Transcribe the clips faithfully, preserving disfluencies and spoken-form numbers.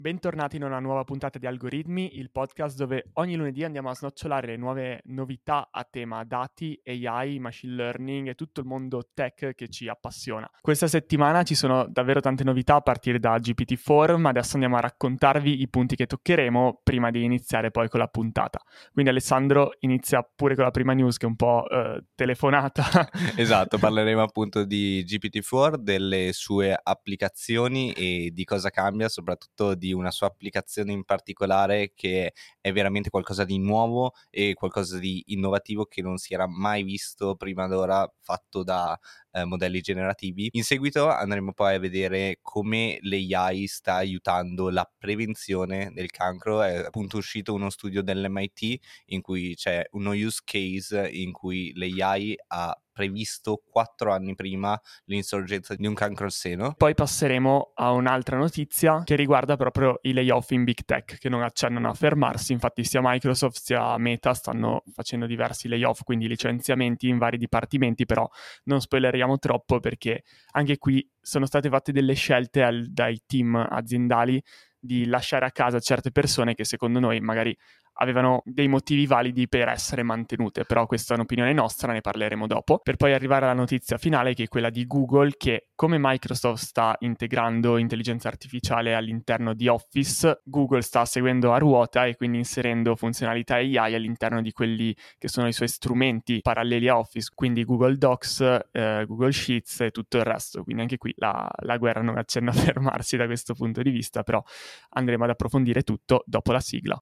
Bentornati in una nuova puntata di Algoritmi, il podcast dove ogni lunedì andiamo a snocciolare le nuove novità a tema dati, A I, machine learning e tutto il mondo tech che ci appassiona. Questa settimana ci sono davvero tante novità a partire da G P T quattro, ma adesso andiamo a raccontarvi i punti che toccheremo prima di iniziare poi con la puntata. Quindi Alessandro inizia pure con la prima news che è un po' eh, telefonata. Esatto, parleremo appunto di G P T quattro, delle sue applicazioni e di cosa cambia, soprattutto di una sua applicazione in particolare che è veramente qualcosa di nuovo e qualcosa di innovativo che non si era mai visto prima d'ora fatto da eh, modelli generativi. In seguito andremo poi a vedere come l'A I sta aiutando la prevenzione del cancro. È appunto uscito uno studio dell'M I T in cui c'è uno use case in cui l'A I ha previsto quattro anni prima l'insorgenza di un cancro al seno. Poi passeremo a un'altra notizia che riguarda proprio i layoff in big tech che non accennano a fermarsi. Infatti sia Microsoft sia Meta stanno facendo diversi layoff, quindi licenziamenti in vari dipartimenti, però non spoileriamo troppo perché anche qui sono state fatte delle scelte al, dai team aziendali di lasciare a casa certe persone che secondo noi magari avevano dei motivi validi per essere mantenute, però questa è un'opinione nostra, ne parleremo dopo, per poi arrivare alla notizia finale che è quella di Google, che come Microsoft sta integrando intelligenza artificiale all'interno di Office, Google sta seguendo a ruota e quindi inserendo funzionalità A I all'interno di quelli che sono i suoi strumenti paralleli a Office, quindi Google Docs, eh, Google Sheets e tutto il resto, quindi anche qui la, la guerra non accenna a fermarsi da questo punto di vista, però andremo ad approfondire tutto dopo la sigla.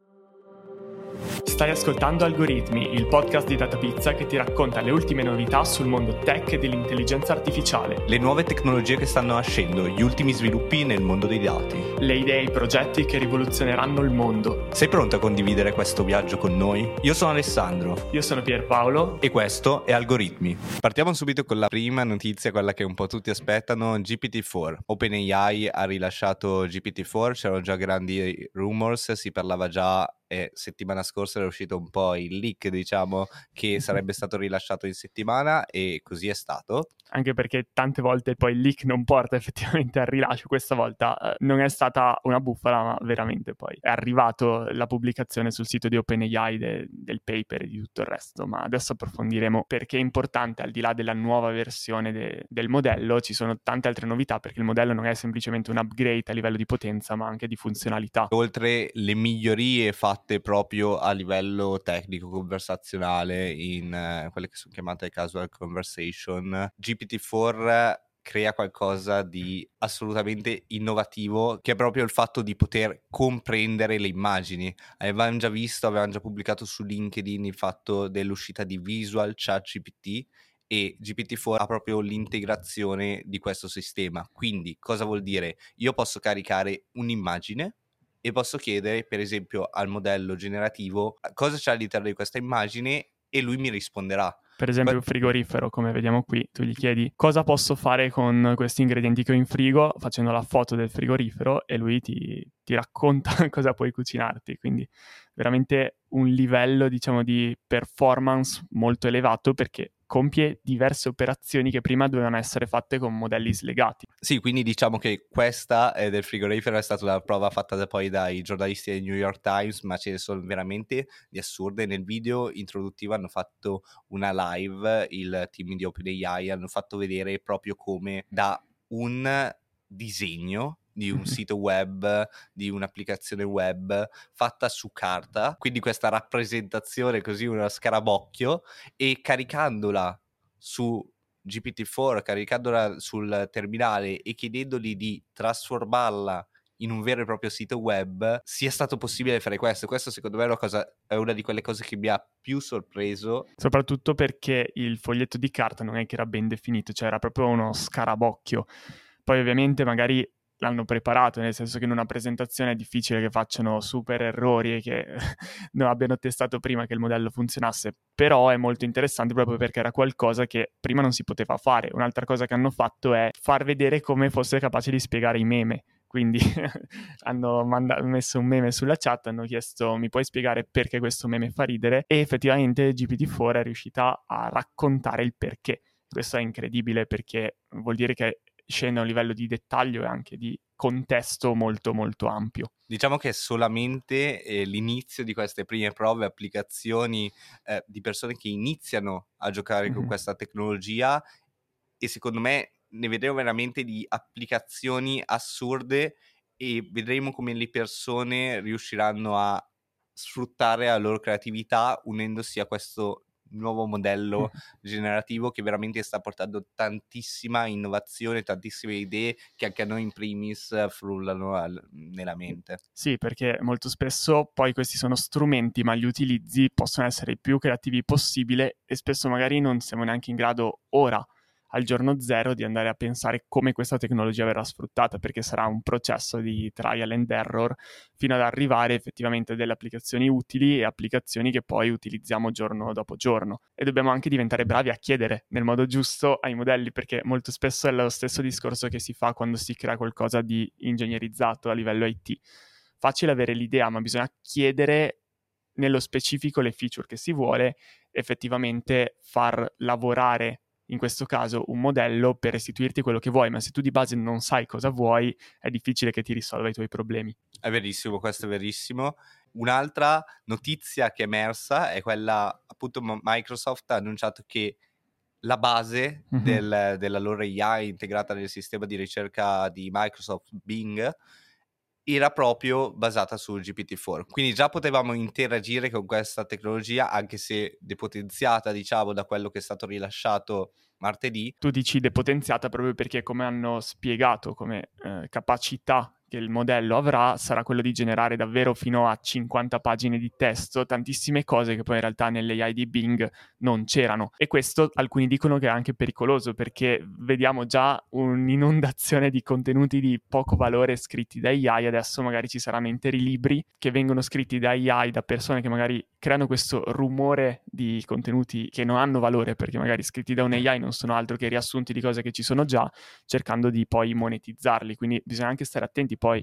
Stai ascoltando Algoritmi, il podcast di DataPizza che ti racconta le ultime novità sul mondo tech e dell'intelligenza artificiale, Le nuove tecnologie che stanno nascendo, gli ultimi sviluppi nel mondo dei dati. le idee e i progetti che rivoluzioneranno il mondo. Sei pronto a condividere questo viaggio con noi? Io sono Alessandro Io sono Pierpaolo e questo è Algoritmi. Partiamo subito con la prima notizia, quella che un po' tutti aspettano, G P T quattro. OpenAI ha rilasciato G P T quattro, c'erano già grandi rumors, si parlava già e settimana scorsa era uscito un po' il leak, diciamo, che sarebbe stato rilasciato in settimana e così è stato. Anche perché tante volte poi il leak non porta effettivamente al rilascio, questa volta eh, non è stata una bufala, ma veramente poi è arrivato la pubblicazione sul sito di OpenAI de- del paper e di tutto il resto, ma adesso approfondiremo perché è importante, al di là della nuova versione de- del modello, ci sono tante altre novità, perché il modello non è semplicemente un upgrade a livello di potenza, ma anche di funzionalità. Oltre le migliorie fatte proprio a livello tecnico, conversazionale, in eh, quelle che sono chiamate casual conversation, G P T quattro crea qualcosa di assolutamente innovativo, che è proprio il fatto di poter comprendere le immagini. Avevamo già visto, avevamo già pubblicato su LinkedIn il fatto dell'uscita di Visual ChatGPT, e G P T quattro ha proprio l'integrazione di questo sistema. Quindi cosa vuol dire? Io posso caricare un'immagine e posso chiedere, per esempio, al modello generativo cosa c'è all'interno di questa immagine e lui mi risponderà. Per esempio il frigorifero, come vediamo qui, tu gli chiedi cosa posso fare con questi ingredienti che ho in frigo, facendo la foto del frigorifero, e lui ti, ti racconta cosa puoi cucinarti, quindi veramente un livello, diciamo, di performance molto elevato, perché compie diverse operazioni che prima dovevano essere fatte con modelli slegati. Sì, quindi diciamo che questa eh, del frigorifero è stata una prova fatta da, poi dai giornalisti del New York Times, ma ce ne sono veramente di assurde. Nel video introduttivo hanno fatto una live, il team di OpenAI hanno fatto vedere proprio come da un disegno di un sito web, di un'applicazione web fatta su carta, quindi questa rappresentazione così, uno scarabocchio, e caricandola su G P T quattro, caricandola sul terminale e chiedendogli di trasformarla in un vero e proprio sito web, sia stato possibile fare questo. Questo secondo me è una cosa, è una di quelle cose che mi ha più sorpreso. Soprattutto perché il foglietto di carta non è che era ben definito, cioè era proprio uno scarabocchio. Poi ovviamente magari l'hanno preparato, nel senso che in una presentazione è difficile che facciano super errori e che non abbiano testato prima che il modello funzionasse, però è molto interessante proprio perché era qualcosa che prima non si poteva fare. Un'altra cosa che hanno fatto è far vedere come fosse capace di spiegare i meme. Quindi hanno manda- messo un meme sulla chat, hanno chiesto mi puoi spiegare perché questo meme fa ridere, e effettivamente G P T quattro è riuscita a raccontare il perché. Questo è incredibile perché vuol dire che scende a un livello di dettaglio e anche di contesto molto molto ampio. Diciamo che è solamente eh, l'inizio di queste prime prove, applicazioni eh, di persone che iniziano a giocare mm-hmm. con questa tecnologia, e secondo me ne vedremo veramente di applicazioni assurde e vedremo come le persone riusciranno a sfruttare la loro creatività unendosi a questo nuovo modello mm. generativo che veramente sta portando tantissima innovazione, tantissime idee che anche a noi in primis frullano al, nella mente. Sì, perché molto spesso poi questi sono strumenti, ma gli utilizzi possono essere i più creativi possibile e spesso magari non siamo neanche in grado ora, al giorno zero, di andare a pensare come questa tecnologia verrà sfruttata, perché sarà un processo di trial and error fino ad arrivare effettivamente a delle applicazioni utili e applicazioni che poi utilizziamo giorno dopo giorno. E dobbiamo anche diventare bravi a chiedere nel modo giusto ai modelli, perché molto spesso è lo stesso discorso che si fa quando si crea qualcosa di ingegnerizzato a livello I T. Facile avere l'idea, ma bisogna chiedere nello specifico le feature che si vuole, effettivamente far lavorare in questo caso un modello per restituirti quello che vuoi, ma se tu di base non sai cosa vuoi, è difficile che ti risolva i tuoi problemi. È verissimo, questo è verissimo. Un'altra notizia che è emersa è quella, appunto, Microsoft ha annunciato che la base mm-hmm. del, della loro A I integrata nel sistema di ricerca di Microsoft Bing era proprio basata su G P T quattro. Quindi già potevamo interagire con questa tecnologia, anche se depotenziata, diciamo, da quello che è stato rilasciato martedì. Tu dici depotenziata proprio perché, come hanno spiegato, come eh, capacità che il modello avrà sarà quello di generare davvero fino a cinquanta pagine di testo, tantissime cose che poi in realtà nell'A I di Bing non c'erano. E questo alcuni dicono che è anche pericoloso, perché vediamo già un'inondazione di contenuti di poco valore scritti da A I. Adesso magari ci saranno interi libri che vengono scritti da A I, da persone che magari creano questo rumore di contenuti che non hanno valore, perché magari scritti da un A I non sono altro che riassunti di cose che ci sono già, cercando di poi monetizzarli. Quindi bisogna anche stare attenti poi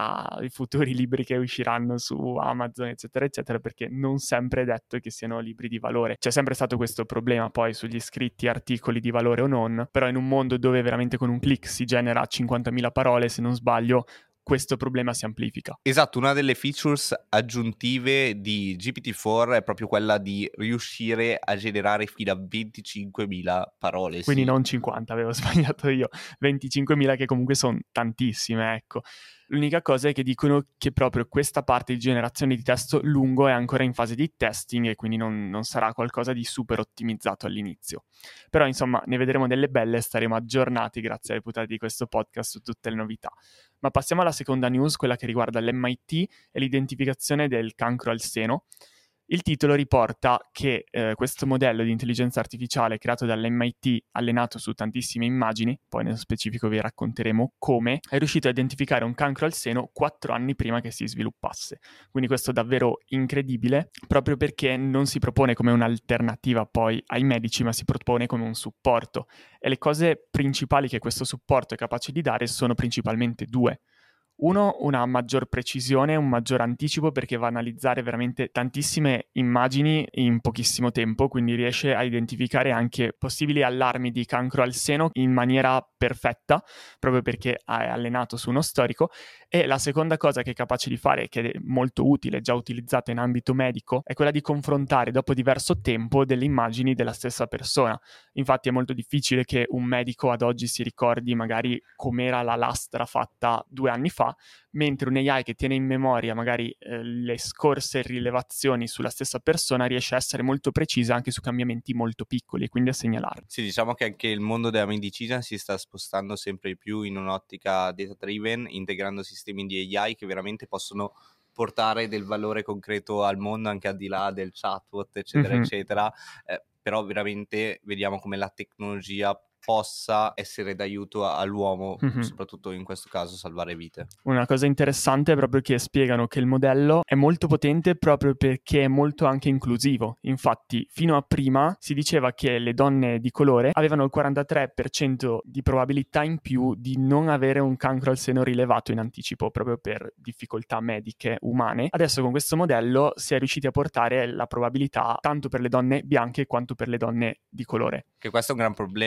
ai futuri libri che usciranno su Amazon, eccetera eccetera, perché non sempre è detto che siano libri di valore. C'è sempre stato questo problema poi sugli scritti articoli di valore o non, però in un mondo dove veramente con un click si genera cinquantamila parole, se non sbaglio, questo problema si amplifica. Esatto, una delle features aggiuntive di G P T quattro è proprio quella di riuscire a generare fino a venticinquemila parole. Quindi sì. non cinquanta, avevo sbagliato io, venticinquemila, che comunque sono tantissime, ecco. L'unica cosa è che dicono che proprio questa parte di generazione di testo lungo è ancora in fase di testing e quindi non, non sarà qualcosa di super ottimizzato all'inizio. Però insomma ne vedremo delle belle e staremo aggiornati grazie alle puntate di questo podcast su tutte le novità. Ma passiamo alla seconda news, quella che riguarda l'M I T e l'identificazione del cancro al seno. Il titolo riporta che eh, questo modello di intelligenza artificiale creato dall'M I T, allenato su tantissime immagini, poi nello specifico vi racconteremo come, è riuscito a identificare un cancro al seno quattro anni prima che si sviluppasse. Quindi questo è davvero incredibile, proprio perché non si propone come un'alternativa poi ai medici, ma si propone come un supporto. E le cose principali che questo supporto è capace di dare sono principalmente due. Uno, una maggior precisione, un maggior anticipo, perché va a analizzare veramente tantissime immagini in pochissimo tempo, quindi riesce a identificare anche possibili allarmi di cancro al seno in maniera perfetta, proprio perché è allenato su uno storico. E la seconda cosa che è capace di fare, che è molto utile, già utilizzata in ambito medico, è quella di confrontare dopo diverso tempo delle immagini della stessa persona. Infatti è molto difficile che un medico ad oggi si ricordi magari com'era la lastra fatta due anni fa, mentre un A I che tiene in memoria magari eh, le scorse rilevazioni sulla stessa persona riesce a essere molto precisa anche su cambiamenti molto piccoli e quindi a segnalarli. Sì, diciamo che anche il mondo della medicina si sta spostando sempre di più in un'ottica data driven, integrando sistemi di A I che veramente possono portare del valore concreto al mondo anche al di là del chatbot, eccetera, mm-hmm. eccetera. Eh, però veramente vediamo come la tecnologia possa essere d'aiuto all'uomo, mm-hmm. soprattutto in questo caso salvare vite. Una cosa interessante è proprio che spiegano che il modello è molto potente proprio perché è molto anche inclusivo. Infatti fino a prima si diceva che le donne di colore avevano il quarantatré per cento di probabilità in più di non avere un cancro al seno rilevato in anticipo, proprio per difficoltà mediche umane. Adesso con questo modello si è riusciti a portare la probabilità tanto per le donne bianche quanto per le donne di colore. Che questo è un gran problema, mm-hmm. poi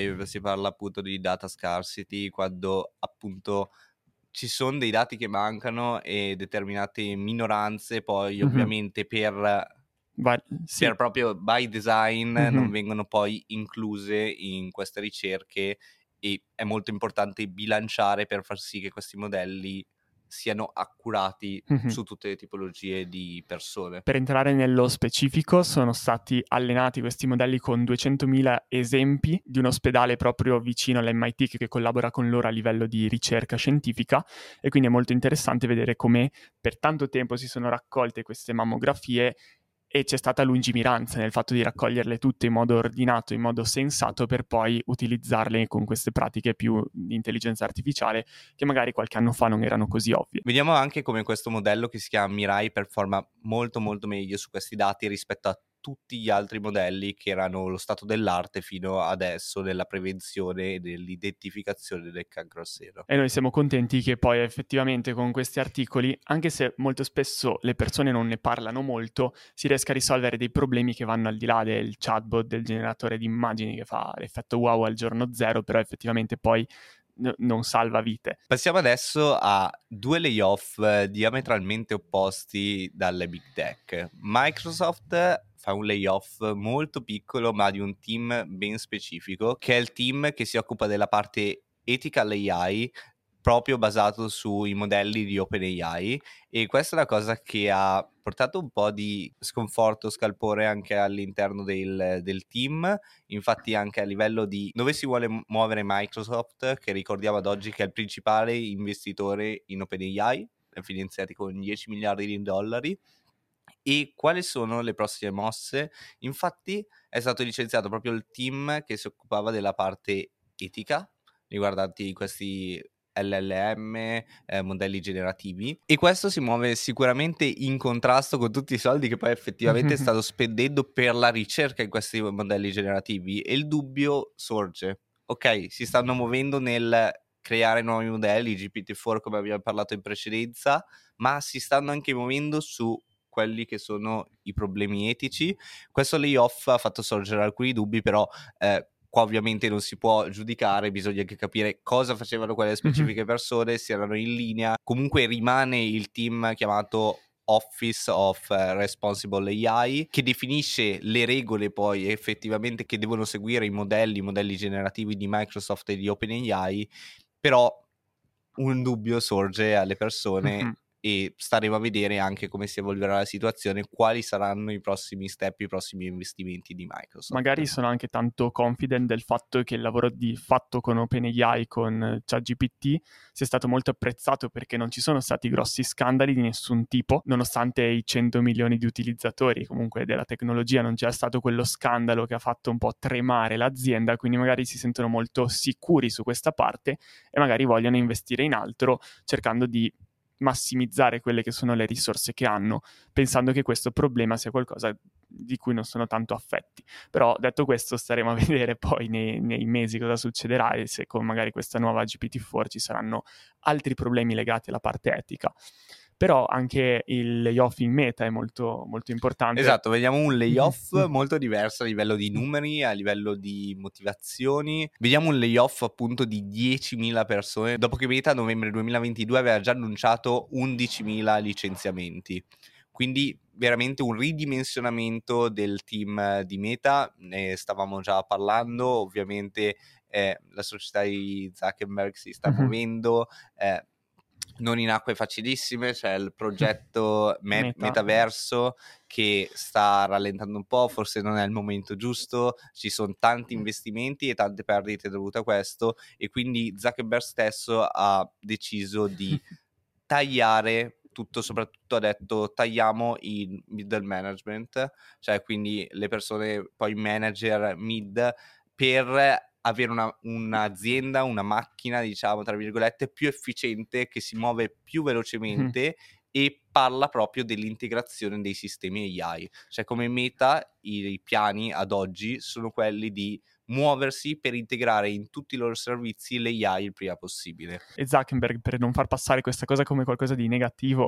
live si parla appunto di data scarcity, quando appunto ci sono dei dati che mancano e determinate minoranze poi Mhm. ovviamente per, Va- sì. per proprio by design Mhm. non vengono poi incluse in queste ricerche, e è molto importante bilanciare per far sì che questi modelli siano accurati Mhm. su tutte le tipologie di persone. Per entrare nello specifico, sono stati allenati questi modelli con duecentomila esempi di un ospedale proprio vicino all'M I T che collabora con loro a livello di ricerca scientifica, e quindi è molto interessante vedere come per tanto tempo si sono raccolte queste mammografie e c'è stata lungimiranza nel fatto di raccoglierle tutte in modo ordinato, in modo sensato, per poi utilizzarle con queste pratiche più di intelligenza artificiale che magari qualche anno fa non erano così ovvie. Vediamo anche come questo modello che si chiama Mirai performa molto molto meglio su questi dati rispetto a tutti gli altri modelli che erano lo stato dell'arte fino adesso nella prevenzione e nell'identificazione del cancro al seno. E noi siamo contenti che poi effettivamente con questi articoli, anche se molto spesso le persone non ne parlano molto, si riesca a risolvere dei problemi che vanno al di là del chatbot, del generatore di immagini che fa l'effetto wow al giorno zero, però effettivamente poi n- non salva vite. Passiamo adesso a due layoff eh, diametralmente opposti dalle big tech. Microsoft fa un layoff molto piccolo ma di un team ben specifico, che è il team che si occupa della parte ethical A I, proprio basato sui modelli di OpenAI, e questa è una cosa che ha portato un po' di sconforto, scalpore anche all'interno del, del team. Infatti anche a livello di dove si vuole muovere Microsoft, che ricordiamo ad oggi che è il principale investitore in OpenAI, finanziati con dieci miliardi di dollari. E quali sono le prossime mosse? Infatti è stato licenziato proprio il team che si occupava della parte etica riguardanti questi L L M, eh, modelli generativi, e questo si muove sicuramente in contrasto con tutti i soldi che poi effettivamente stanno spendendo per la ricerca in questi modelli generativi, e il dubbio sorge. Ok, si stanno muovendo nel creare nuovi modelli, G P T quattro come abbiamo parlato in precedenza, ma si stanno anche muovendo su quelli che sono i problemi etici. Questo layoff ha fatto sorgere alcuni dubbi, però eh, qua ovviamente non si può giudicare, bisogna anche capire cosa facevano quelle specifiche persone, se erano in linea. Comunque rimane il team chiamato Office of Responsible A I, che definisce le regole poi effettivamente che devono seguire i modelli, i modelli generativi di Microsoft e di OpenAI, però un dubbio sorge alle persone. Mm-hmm. E staremo a vedere anche come si evolverà la situazione, quali saranno i prossimi step, i prossimi investimenti di Microsoft. Magari sono anche tanto confident del fatto che il lavoro di fatto con OpenAI, con ChatGPT, sia stato molto apprezzato, perché non ci sono stati grossi scandali di nessun tipo, nonostante i cento milioni di utilizzatori comunque della tecnologia. Non c'è stato quello scandalo che ha fatto un po' tremare l'azienda, quindi magari si sentono molto sicuri su questa parte e magari vogliono investire in altro, cercando di massimizzare quelle che sono le risorse che hanno, pensando che questo problema sia qualcosa di cui non sono tanto affetti. Però detto questo, staremo a vedere poi nei, nei mesi cosa succederà, e se con magari questa nuova G P T quattro ci saranno altri problemi legati alla parte etica. Però anche il layoff in Meta è molto, molto importante. Esatto, vediamo un layoff molto diverso a livello di numeri, a livello di motivazioni. Vediamo un layoff appunto di diecimila persone, dopo che Meta a novembre duemilaventidue aveva già annunciato undicimila licenziamenti. Quindi veramente un ridimensionamento del team di Meta, ne stavamo già parlando. Ovviamente eh, la società di Zuckerberg si sta uh-huh. muovendo, eh, non in acque facilissime. C'è il progetto me- Meta. Metaverso che sta rallentando un po', forse non è il momento giusto, ci sono tanti investimenti e tante perdite dovute a questo, e quindi Zuckerberg stesso ha deciso di tagliare tutto, soprattutto ha detto tagliamo il middle management, cioè quindi le persone poi manager mid, per avere una, un'azienda, una macchina, diciamo tra virgolette, più efficiente, che si muove più velocemente mm. e parla proprio dell'integrazione dei sistemi A I. Cioè come Meta i, i piani ad oggi sono quelli di muoversi per integrare in tutti i loro servizi l'A I il prima possibile. E Zuckerberg, per non far passare questa cosa come qualcosa di negativo,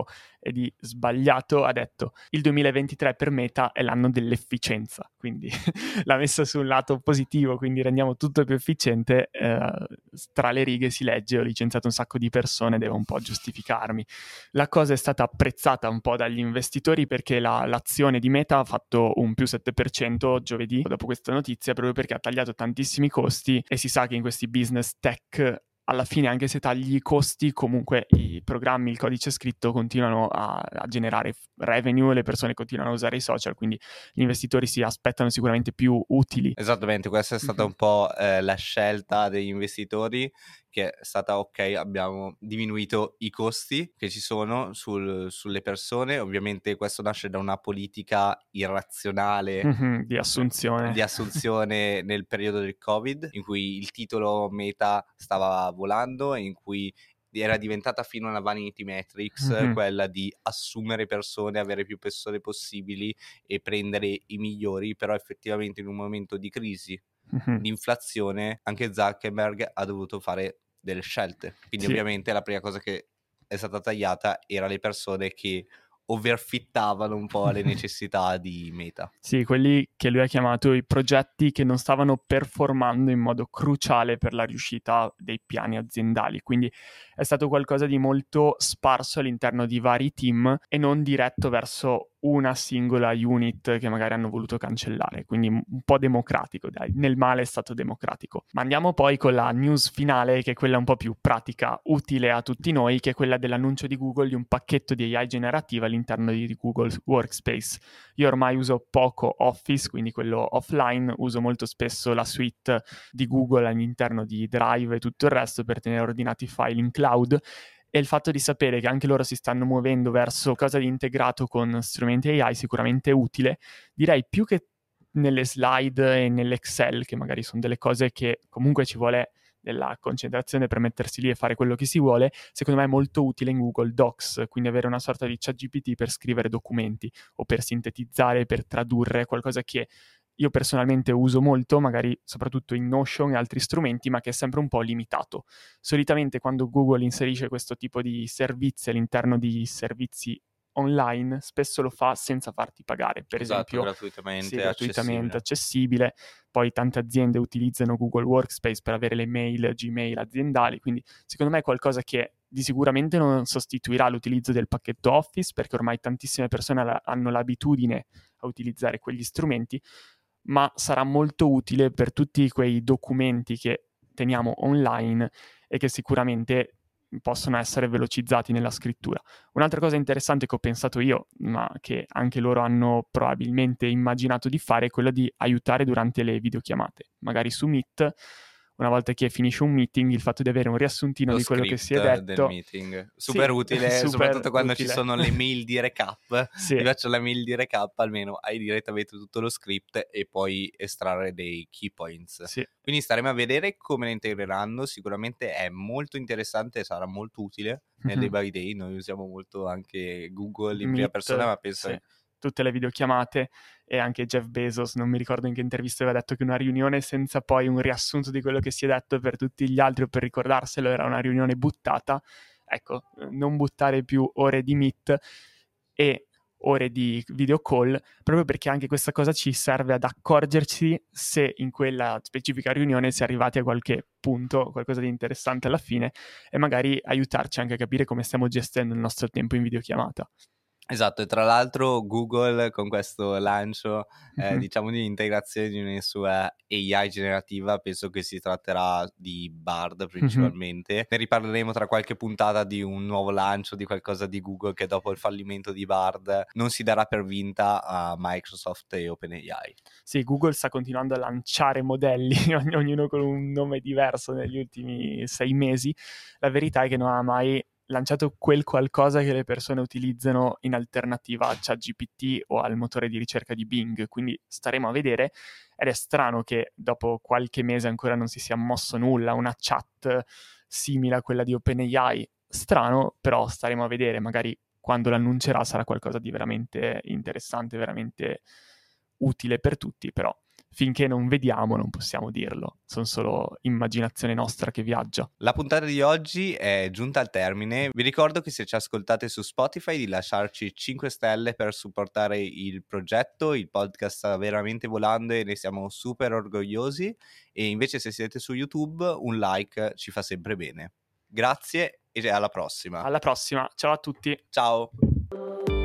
e di sbagliato, ha detto il duemilaventitré per Meta è l'anno dell'efficienza, quindi l'ha messa su un lato positivo, quindi rendiamo tutto più efficiente. Eh, tra le righe si legge: ho licenziato un sacco di persone, devo un po' giustificarmi. La cosa è stata apprezzata un po' dagli investitori perché la, l'azione di Meta ha fatto un più sette per cento giovedì dopo questa notizia, proprio perché ha tagliato tantissimi costi, e si sa che in questi business tech alla fine, anche se tagli i costi, comunque i programmi, il codice scritto continuano a, a generare revenue, le persone continuano a usare i social, quindi gli investitori si aspettano sicuramente più utili. Esattamente, questa è stata mm-hmm. un po' eh, la scelta degli investitori, che è stata: ok, abbiamo diminuito i costi che ci sono sul, sulle persone. Ovviamente questo nasce da una politica irrazionale mm-hmm, di assunzione di assunzione nel periodo del Covid, in cui il titolo Meta stava volando e in cui era diventata fino alla vanity metrics, mm-hmm. quella di assumere persone, avere più persone possibili e prendere i migliori. Però effettivamente in un momento di crisi, mm-hmm. di inflazione, anche Zuckerberg ha dovuto fare delle scelte, quindi sì. Ovviamente la prima cosa che è stata tagliata era le persone che overfittavano un po' le necessità di Meta. Sì, quelli che lui ha chiamato i progetti che non stavano performando in modo cruciale per la riuscita dei piani aziendali, quindi è stato qualcosa di molto sparso all'interno di vari team e non diretto verso una singola unit che magari hanno voluto cancellare, quindi un po' democratico, dai, nel male è stato democratico. Ma andiamo poi con la news finale, che è quella un po' più pratica, utile a tutti noi, che è quella dell'annuncio di Google di un pacchetto di A I generativa all'interno di Google Workspace. Io ormai uso poco Office, quindi quello offline, uso molto spesso la suite di Google all'interno di Drive e tutto il resto per tenere ordinati i file in cloud. E il fatto di sapere che anche loro si stanno muovendo verso qualcosa di integrato con strumenti A I sicuramente è utile. Direi più che nelle slide e nell'Excel, che magari sono delle cose che comunque ci vuole della concentrazione per mettersi lì e fare quello che si vuole, secondo me è molto utile in Google Docs, quindi avere una sorta di ChatGPT per scrivere documenti o per sintetizzare, per tradurre, qualcosa che io personalmente uso molto, magari soprattutto in Notion e altri strumenti, ma che è sempre un po' limitato. Solitamente quando Google inserisce questo tipo di servizi all'interno di servizi online, spesso lo fa senza farti pagare, per esatto, esempio gratuitamente, sì, gratuitamente accessibile. accessibile. Poi tante aziende utilizzano Google Workspace per avere le mail, Gmail aziendali, quindi secondo me è qualcosa che di sicuramente non sostituirà l'utilizzo del pacchetto Office, perché ormai tantissime persone la- hanno l'abitudine a utilizzare quegli strumenti, ma sarà molto utile per tutti quei documenti che teniamo online e che sicuramente possono essere velocizzati nella scrittura. Un'altra cosa interessante che ho pensato io, ma che anche loro hanno probabilmente immaginato di fare, è quella di aiutare durante le videochiamate. Magari su Meet, una volta che finisce un meeting, il fatto di avere un riassuntino Lo di quello che si è detto del meeting, super sì, utile, super soprattutto quando utile. ci sono le mail di recap. Sì. Ti faccio la mail di recap, almeno hai direttamente tutto lo script e poi estrarre dei key points. Sì. Quindi staremo a vedere come le integreranno. Sicuramente è molto interessante e sarà molto utile nel day by day. Noi usiamo molto anche Google in Meet, prima persona, ma penso sì. che tutte le videochiamate, e anche Jeff Bezos, non mi ricordo in che intervista, aveva detto che una riunione senza poi un riassunto di quello che si è detto per tutti gli altri o per ricordarselo era una riunione buttata. Ecco, non buttare più ore di Meet e ore di video call, proprio perché anche questa cosa ci serve ad accorgerci se in quella specifica riunione si è arrivati a qualche punto, qualcosa di interessante alla fine, e magari aiutarci anche a capire come stiamo gestendo il nostro tempo in videochiamata. Esatto, e tra l'altro Google con questo lancio eh, Mhm. diciamo di integrazione di una sua A I generativa, penso che si tratterà di Bard principalmente. Mhm. Ne riparleremo tra qualche puntata di un nuovo lancio, di qualcosa di Google che dopo il fallimento di Bard non si darà per vinta a Microsoft e OpenAI. Sì, Google sta continuando a lanciare modelli, ognuno con un nome diverso negli ultimi sei mesi. La verità è che non ha mai lanciato quel qualcosa che le persone utilizzano in alternativa a ChatGPT o al motore di ricerca di Bing, quindi staremo a vedere. Ed è strano che dopo qualche mese ancora non si sia mosso nulla, una chat simile a quella di OpenAI. Strano, però staremo a vedere, magari quando l'annuncerà sarà qualcosa di veramente interessante, veramente utile per tutti, però finché non vediamo non possiamo dirlo, sono solo immaginazione nostra che viaggia. La puntata di oggi è giunta al termine. Vi ricordo che se ci ascoltate su Spotify di lasciarci cinque stelle per supportare il progetto. Il podcast sta veramente volando e ne siamo super orgogliosi, e invece se siete su YouTube un like ci fa sempre bene. Grazie e alla prossima. Alla prossima, ciao a tutti. Ciao.